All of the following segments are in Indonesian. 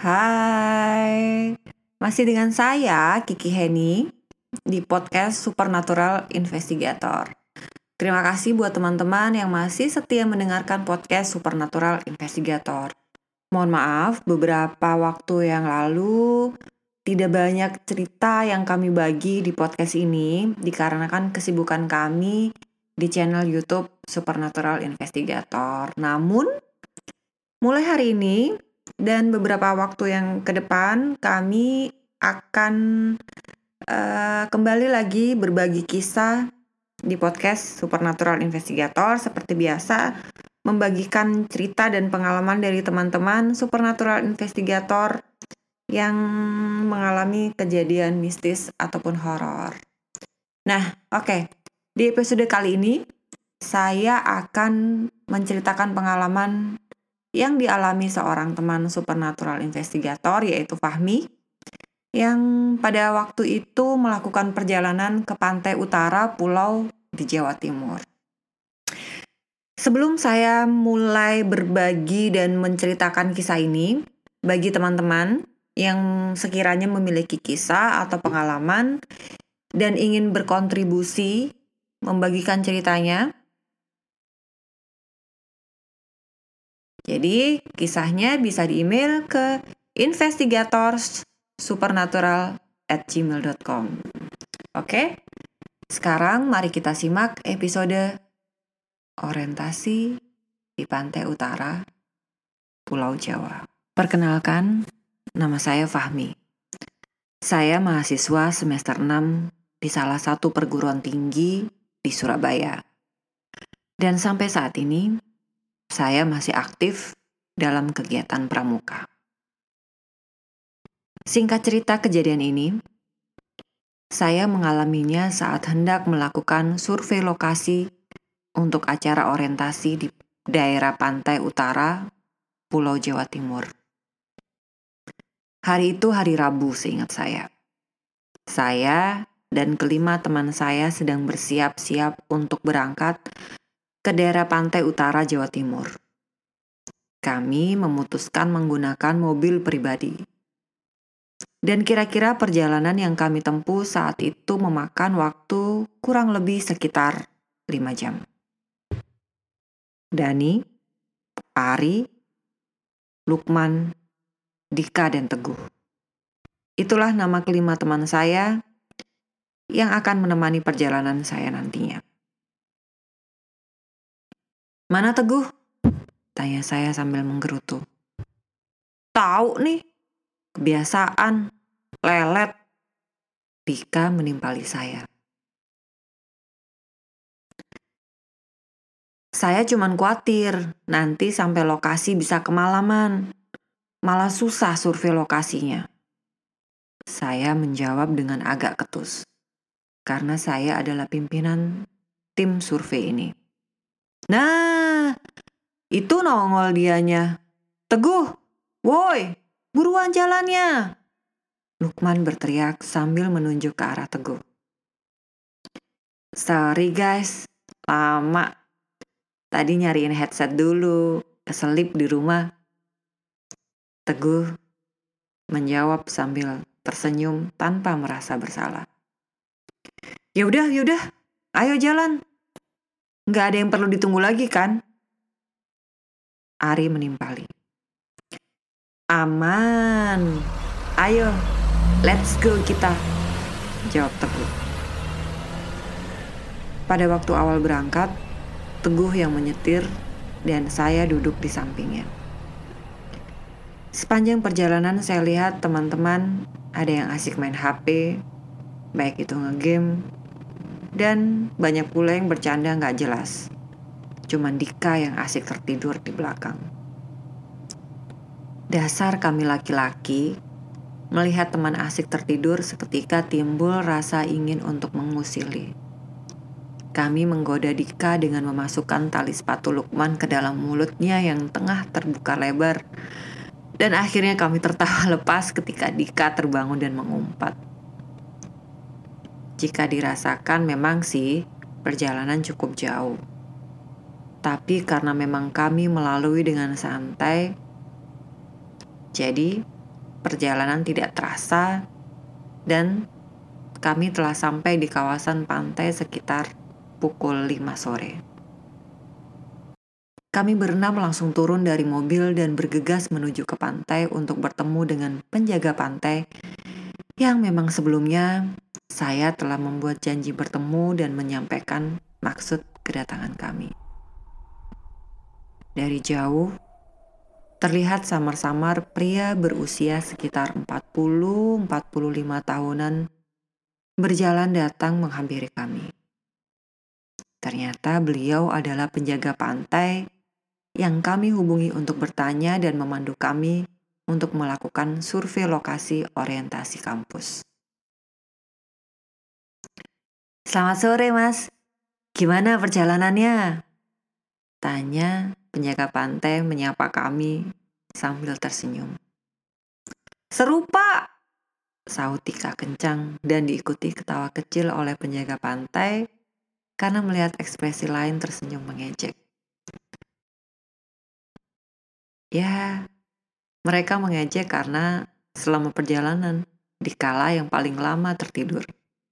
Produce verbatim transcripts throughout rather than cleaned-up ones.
Hai, masih dengan saya Kiki Heni di podcast Supernatural Investigator. Terima kasih buat teman-teman yang masih setia mendengarkan podcast Supernatural Investigator. Mohon maaf, beberapa waktu yang lalu tidak banyak cerita yang kami bagi di podcast ini dikarenakan kesibukan kami di channel YouTube Supernatural Investigator. Namun, mulai hari ini dan beberapa waktu yang ke depan kami akan uh, kembali lagi berbagi kisah di podcast Supernatural Investigator seperti biasa, membagikan cerita dan pengalaman dari teman-teman Supernatural Investigator yang mengalami kejadian mistis ataupun horor. Nah, oke. Okay. Di episode kali ini saya akan menceritakan pengalaman yang dialami seorang teman Supernatural Investigator yaitu Fahmi yang pada waktu itu melakukan perjalanan ke pantai utara pulau di Jawa Timur. Sebelum saya mulai berbagi dan menceritakan kisah ini bagi teman-teman yang sekiranya memiliki kisah atau pengalaman dan ingin berkontribusi membagikan ceritanya, jadi, kisahnya bisa di-email ke investigatorssupernatural at gmail dot com. Oke, sekarang mari kita simak episode Orientasi di Pantai Utara, Pulau Jawa. Perkenalkan, nama saya Fahmi. Saya mahasiswa semester enam di salah satu perguruan tinggi di Surabaya. Dan sampai saat ini, saya masih aktif dalam kegiatan pramuka. Singkat cerita kejadian ini, saya mengalaminya saat hendak melakukan survei lokasi untuk acara orientasi di daerah pantai utara, Pulau Jawa Timur. Hari itu hari Rabu seingat saya. Saya dan kelima teman saya sedang bersiap-siap untuk berangkat ke daerah pantai utara Jawa Timur. Kami memutuskan menggunakan mobil pribadi. Dan kira-kira perjalanan yang kami tempuh saat itu memakan waktu kurang lebih sekitar lima jam. Dani, Ari, Lukman, Dika, dan Teguh. Itulah nama kelima teman saya yang akan menemani perjalanan saya nantinya. Mana Teguh? Tanya saya sambil menggerutu. Tahu nih, kebiasaan, lelet. Dika menimpali saya. Saya cuman khawatir nanti sampai lokasi bisa kemalaman. Malah susah survei lokasinya. Saya menjawab dengan agak ketus. Karena saya adalah pimpinan tim survei ini. Nah, itu nongol dianya. Teguh, woi, buruan jalannya. Lukman berteriak sambil menunjuk ke arah Teguh. Sorry guys, lama. Tadi nyariin headset dulu, keselip di rumah. Teguh menjawab sambil tersenyum tanpa merasa bersalah. Yaudah, yaudah, ayo jalan. Nggak ada yang perlu ditunggu lagi kan? Ari menimpali. Aman. Ayo, let's go kita. Jawab Teguh. Pada waktu awal berangkat, Teguh yang menyetir dan saya duduk di sampingnya. Sepanjang perjalanan saya lihat teman-teman ada yang asik main H P, baik itu nge-game, dan banyak pula yang bercanda gak jelas. Cuman Dika yang asik tertidur di belakang. Dasar kami laki-laki, melihat teman asik tertidur seketika timbul rasa ingin untuk mengusili. Kami menggoda Dika dengan memasukkan tali sepatu Lukman ke dalam mulutnya yang tengah terbuka lebar. Dan akhirnya kami tertawa lepas ketika Dika terbangun dan mengumpat. Jika dirasakan memang sih perjalanan cukup jauh. Tapi karena memang kami melalui dengan santai, jadi perjalanan tidak terasa dan kami telah sampai di kawasan pantai sekitar pukul lima sore. Kami berenam langsung turun dari mobil dan bergegas menuju ke pantai untuk bertemu dengan penjaga pantai yang memang sebelumnya saya telah membuat janji bertemu dan menyampaikan maksud kedatangan kami. Dari jauh, terlihat samar-samar pria berusia sekitar empat puluh sampai empat puluh lima tahunan berjalan datang menghampiri kami. Ternyata beliau adalah penjaga pantai yang kami hubungi untuk bertanya dan memandu kami untuk melakukan survei lokasi orientasi kampus. Selamat sore, Mas. Gimana perjalanannya? Tanya penjaga pantai menyapa kami sambil tersenyum. Seru, Pak! Sahut Tika kencang dan diikuti ketawa kecil oleh penjaga pantai karena melihat ekspresi lain tersenyum mengejek. Ya, mereka mengejek karena selama perjalanan dikala yang paling lama tertidur.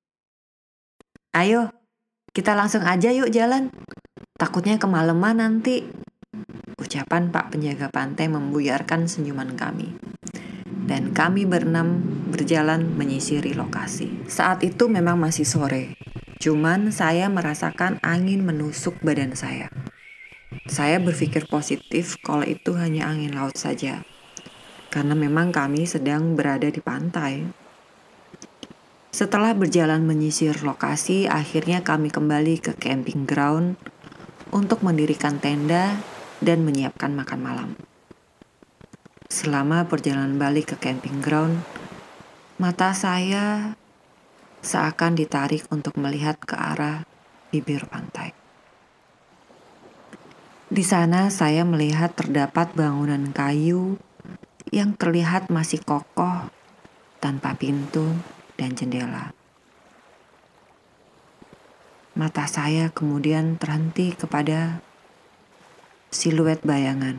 Ayo, kita langsung aja yuk jalan. Takutnya kemalaman nanti. Ucapan Pak penjaga pantai membuyarkan senyuman kami. Dan kami berenam berjalan menyisiri lokasi. Saat itu memang masih sore. Cuman saya merasakan angin menusuk badan saya. Saya berpikir positif kalau itu hanya angin laut saja. Karena memang kami sedang berada di pantai. Setelah berjalan menyisir lokasi, akhirnya kami kembali ke camping ground untuk mendirikan tenda dan menyiapkan makan malam. Selama perjalanan balik ke camping ground, mata saya seakan ditarik untuk melihat ke arah bibir pantai. Di sana saya melihat terdapat bangunan kayu yang terlihat masih kokoh tanpa pintu dan jendela. Mata saya kemudian terhenti kepada siluet bayangan.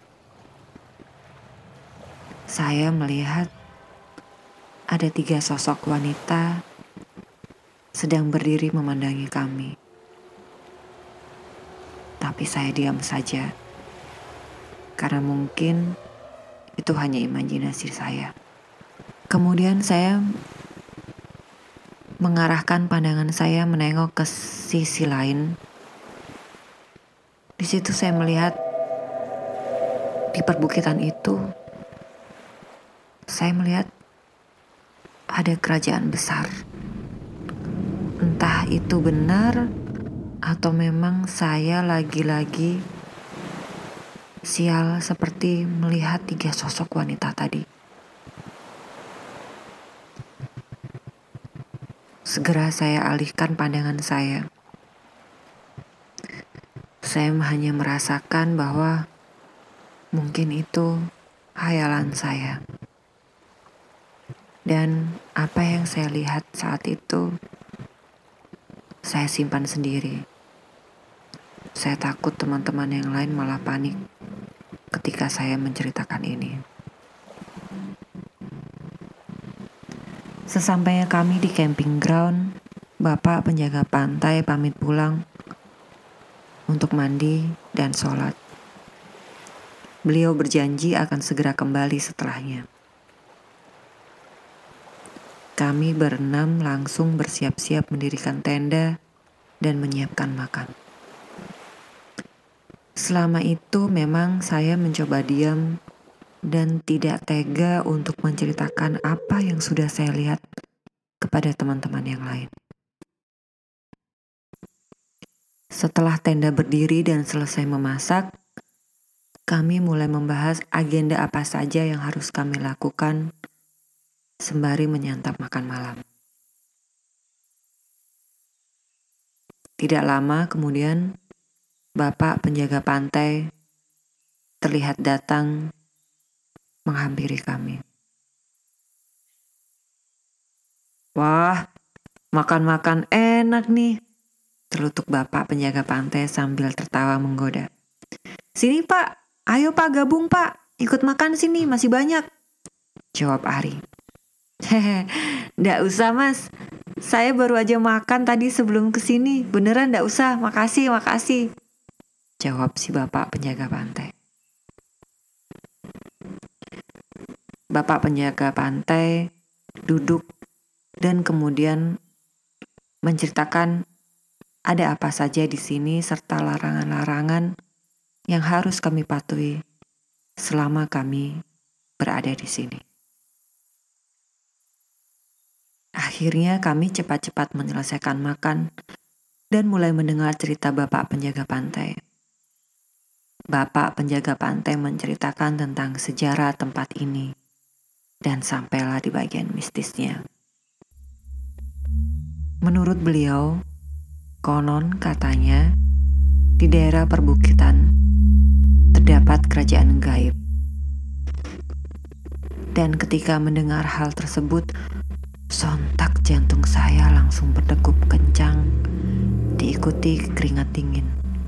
Saya melihat ada tiga sosok wanita sedang berdiri memandangi kami. Tapi saya diam saja, karena mungkin itu hanya imajinasi saya. Kemudian saya mengarahkan pandangan saya menengok ke sisi lain. Di situ saya melihat di perbukitan itu, saya melihat ada kerajaan besar. Entah itu benar atau memang saya lagi-lagi sial seperti melihat tiga sosok wanita tadi. Segera saya alihkan pandangan saya. Saya hanya merasakan bahwa mungkin itu khayalan saya. Dan apa yang saya lihat saat itu, saya simpan sendiri. Saya takut teman-teman yang lain malah panik ketika saya menceritakan ini. Sesampainya kami di camping ground, Bapak penjaga pantai pamit pulang untuk mandi dan sholat. Beliau berjanji akan segera kembali setelahnya. Kami berenam langsung bersiap-siap mendirikan tenda dan menyiapkan makan. Selama itu memang saya mencoba diam dan tidak tega untuk menceritakan apa yang sudah saya lihat kepada teman-teman yang lain. Setelah tenda berdiri dan selesai memasak, kami mulai membahas agenda apa saja yang harus kami lakukan sembari menyantap makan malam. Tidak lama kemudian, Bapak penjaga pantai terlihat datang menghampiri kami. Wah, makan-makan enak nih, terlutuk Bapak penjaga pantai sambil tertawa menggoda. Sini Pak, ayo Pak gabung Pak, ikut makan sini masih banyak. jawab Ari. Hehe, nggak usah mas. Saya baru aja makan tadi sebelum kesini. Beneran nggak usah, makasih, makasih. Jawab si bapak penjaga pantai. Bapak penjaga pantai duduk dan kemudian menceritakan ada apa saja di sini serta larangan-larangan yang harus kami patuhi selama kami berada di sini. Akhirnya kami cepat-cepat menyelesaikan makan dan mulai mendengar cerita bapak penjaga pantai. Bapak penjaga pantai menceritakan tentang sejarah tempat ini dan sampailah di bagian mistisnya. Menurut beliau, konon katanya di daerah perbukitan terdapat kerajaan gaib. Dan ketika mendengar hal tersebut, sontak jantung saya langsung berdegup kencang, diikuti keringat dingin.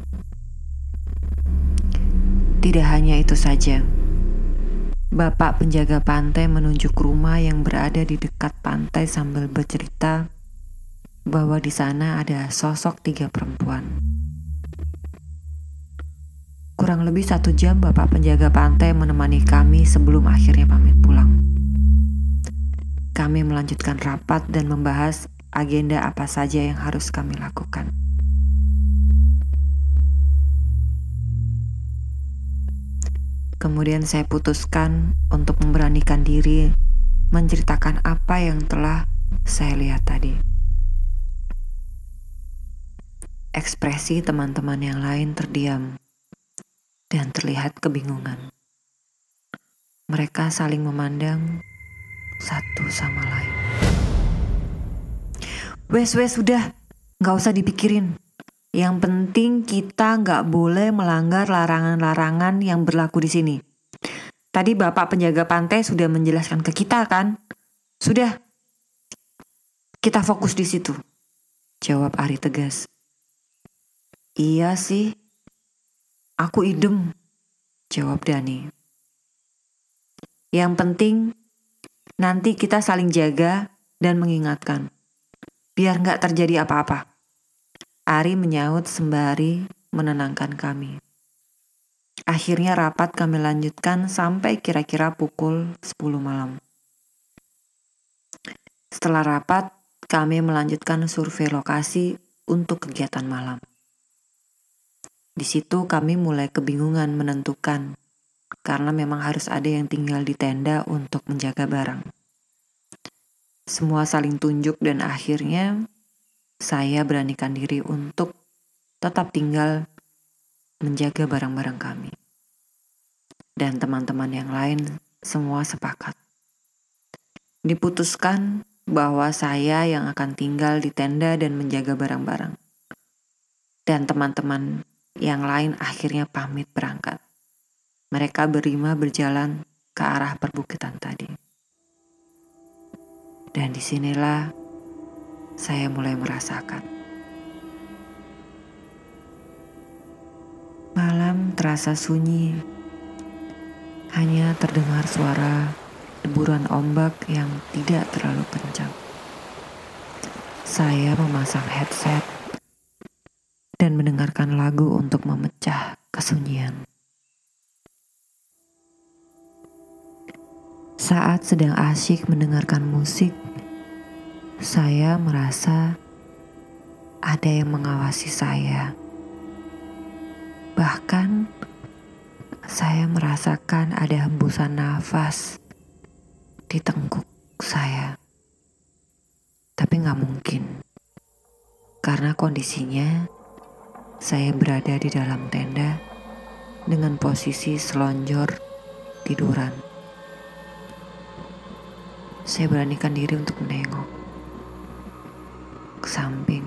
Tidak hanya itu saja, bapak penjaga pantai menunjuk rumah yang berada di dekat pantai sambil bercerita bahwa di sana ada sosok tiga perempuan. Kurang lebih satu jam bapak penjaga pantai menemani kami sebelum akhirnya pamit pulang. Kami melanjutkan rapat dan membahas agenda apa saja yang harus kami lakukan. Kemudian saya putuskan untuk memberanikan diri menceritakan apa yang telah saya lihat tadi. Ekspresi teman-teman yang lain terdiam dan terlihat kebingungan. Mereka saling memandang satu sama lain. Wes, wes, sudah, gak usah dipikirin. Yang penting kita gak boleh melanggar larangan-larangan yang berlaku di sini. Tadi bapak penjaga pantai sudah menjelaskan ke kita kan? Sudah, kita fokus di situ, jawab Ari tegas. Iya sih, aku idem, jawab Dani. Yang penting nanti kita saling jaga dan mengingatkan, biar gak terjadi apa-apa. Ari menyaut sembari menenangkan kami. Akhirnya rapat kami lanjutkan sampai kira-kira pukul sepuluh malam. Setelah rapat, kami melanjutkan survei lokasi untuk kegiatan malam. Di situ kami mulai kebingungan menentukan, karena memang harus ada yang tinggal di tenda untuk menjaga barang. Semua saling tunjuk dan akhirnya saya beranikan diri untuk tetap tinggal menjaga barang-barang kami. Dan teman-teman yang lain semua sepakat. Diputuskan bahwa saya yang akan tinggal di tenda dan menjaga barang-barang. Dan teman-teman yang lain akhirnya pamit berangkat. Mereka berlima berjalan ke arah perbukitan tadi. Dan disinilah saya mulai merasakan. Malam terasa sunyi. Hanya terdengar suara deburan ombak yang tidak terlalu kencang. Saya memasang headset dan mendengarkan lagu untuk memecah kesunyian. Saat sedang asyik mendengarkan musik, saya merasa ada yang mengawasi saya. Bahkan, saya merasakan ada hembusan nafas di tengkuk saya. Tapi gak mungkin, karena kondisinya saya berada di dalam tenda dengan posisi selonjor tiduran. Saya beranikan diri untuk menengok ke samping.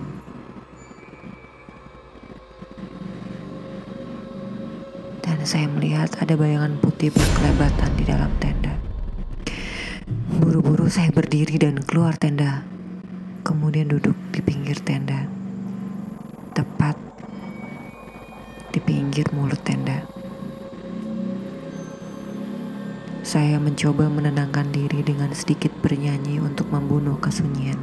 Dan saya melihat ada bayangan putih berkelebatan di dalam tenda. Buru-buru saya berdiri dan keluar tenda. Kemudian duduk di pinggir tenda. Tepat di pinggir mulut tenda. saya mencoba menenangkan diri dengan sedikit bernyanyi untuk membunuh kesunyian.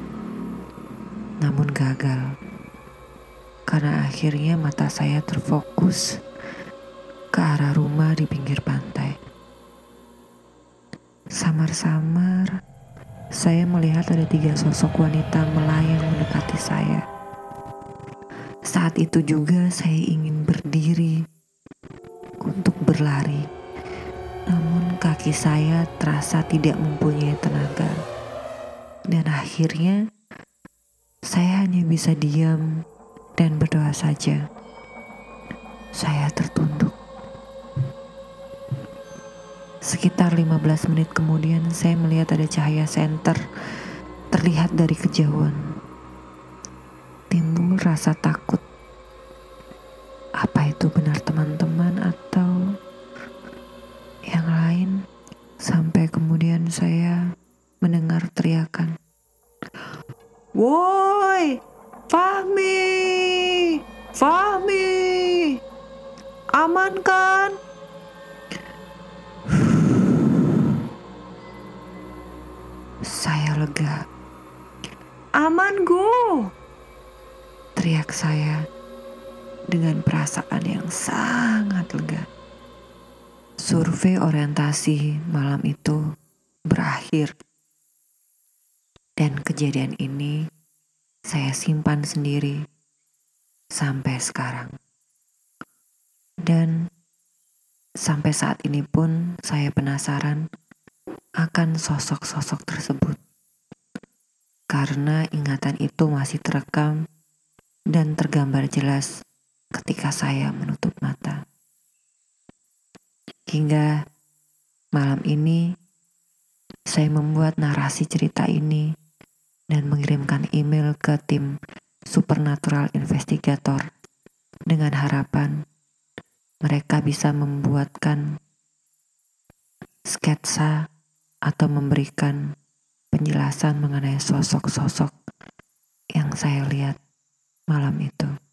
Namun gagal, karena akhirnya mata saya terfokus ke arah rumah di pinggir pantai. Samar-samar, saya melihat ada tiga sosok wanita melayang mendekati saya. Saat itu juga saya ingin berdiri untuk berlari, namun kaki saya terasa tidak mempunyai tenaga. Dan akhirnya, saya hanya bisa diam dan berdoa saja. Saya tertunduk. Sekitar lima belas menit kemudian saya melihat ada cahaya senter terlihat dari kejauhan. Timbul rasa takut. Apa itu benar teman-teman atau yang lain? Sampai kemudian saya mendengar teriakan, "Woi, Fahmi! Fahmi! Aman kan?" Saya lega. "Aman, Gu!" teriak saya dengan perasaan yang sangat lega. Survei orientasi malam itu berakhir. Dan kejadian ini saya simpan sendiri sampai sekarang. Dan sampai saat ini pun saya penasaran akan sosok-sosok tersebut. Karena ingatan itu masih terekam dan tergambar jelas ketika saya menutup mata. Hingga malam ini saya membuat narasi cerita ini dan mengirimkan email ke tim Supernatural Investigator dengan harapan mereka bisa membuatkan sketsa atau memberikan penjelasan mengenai sosok-sosok yang saya lihat malam itu.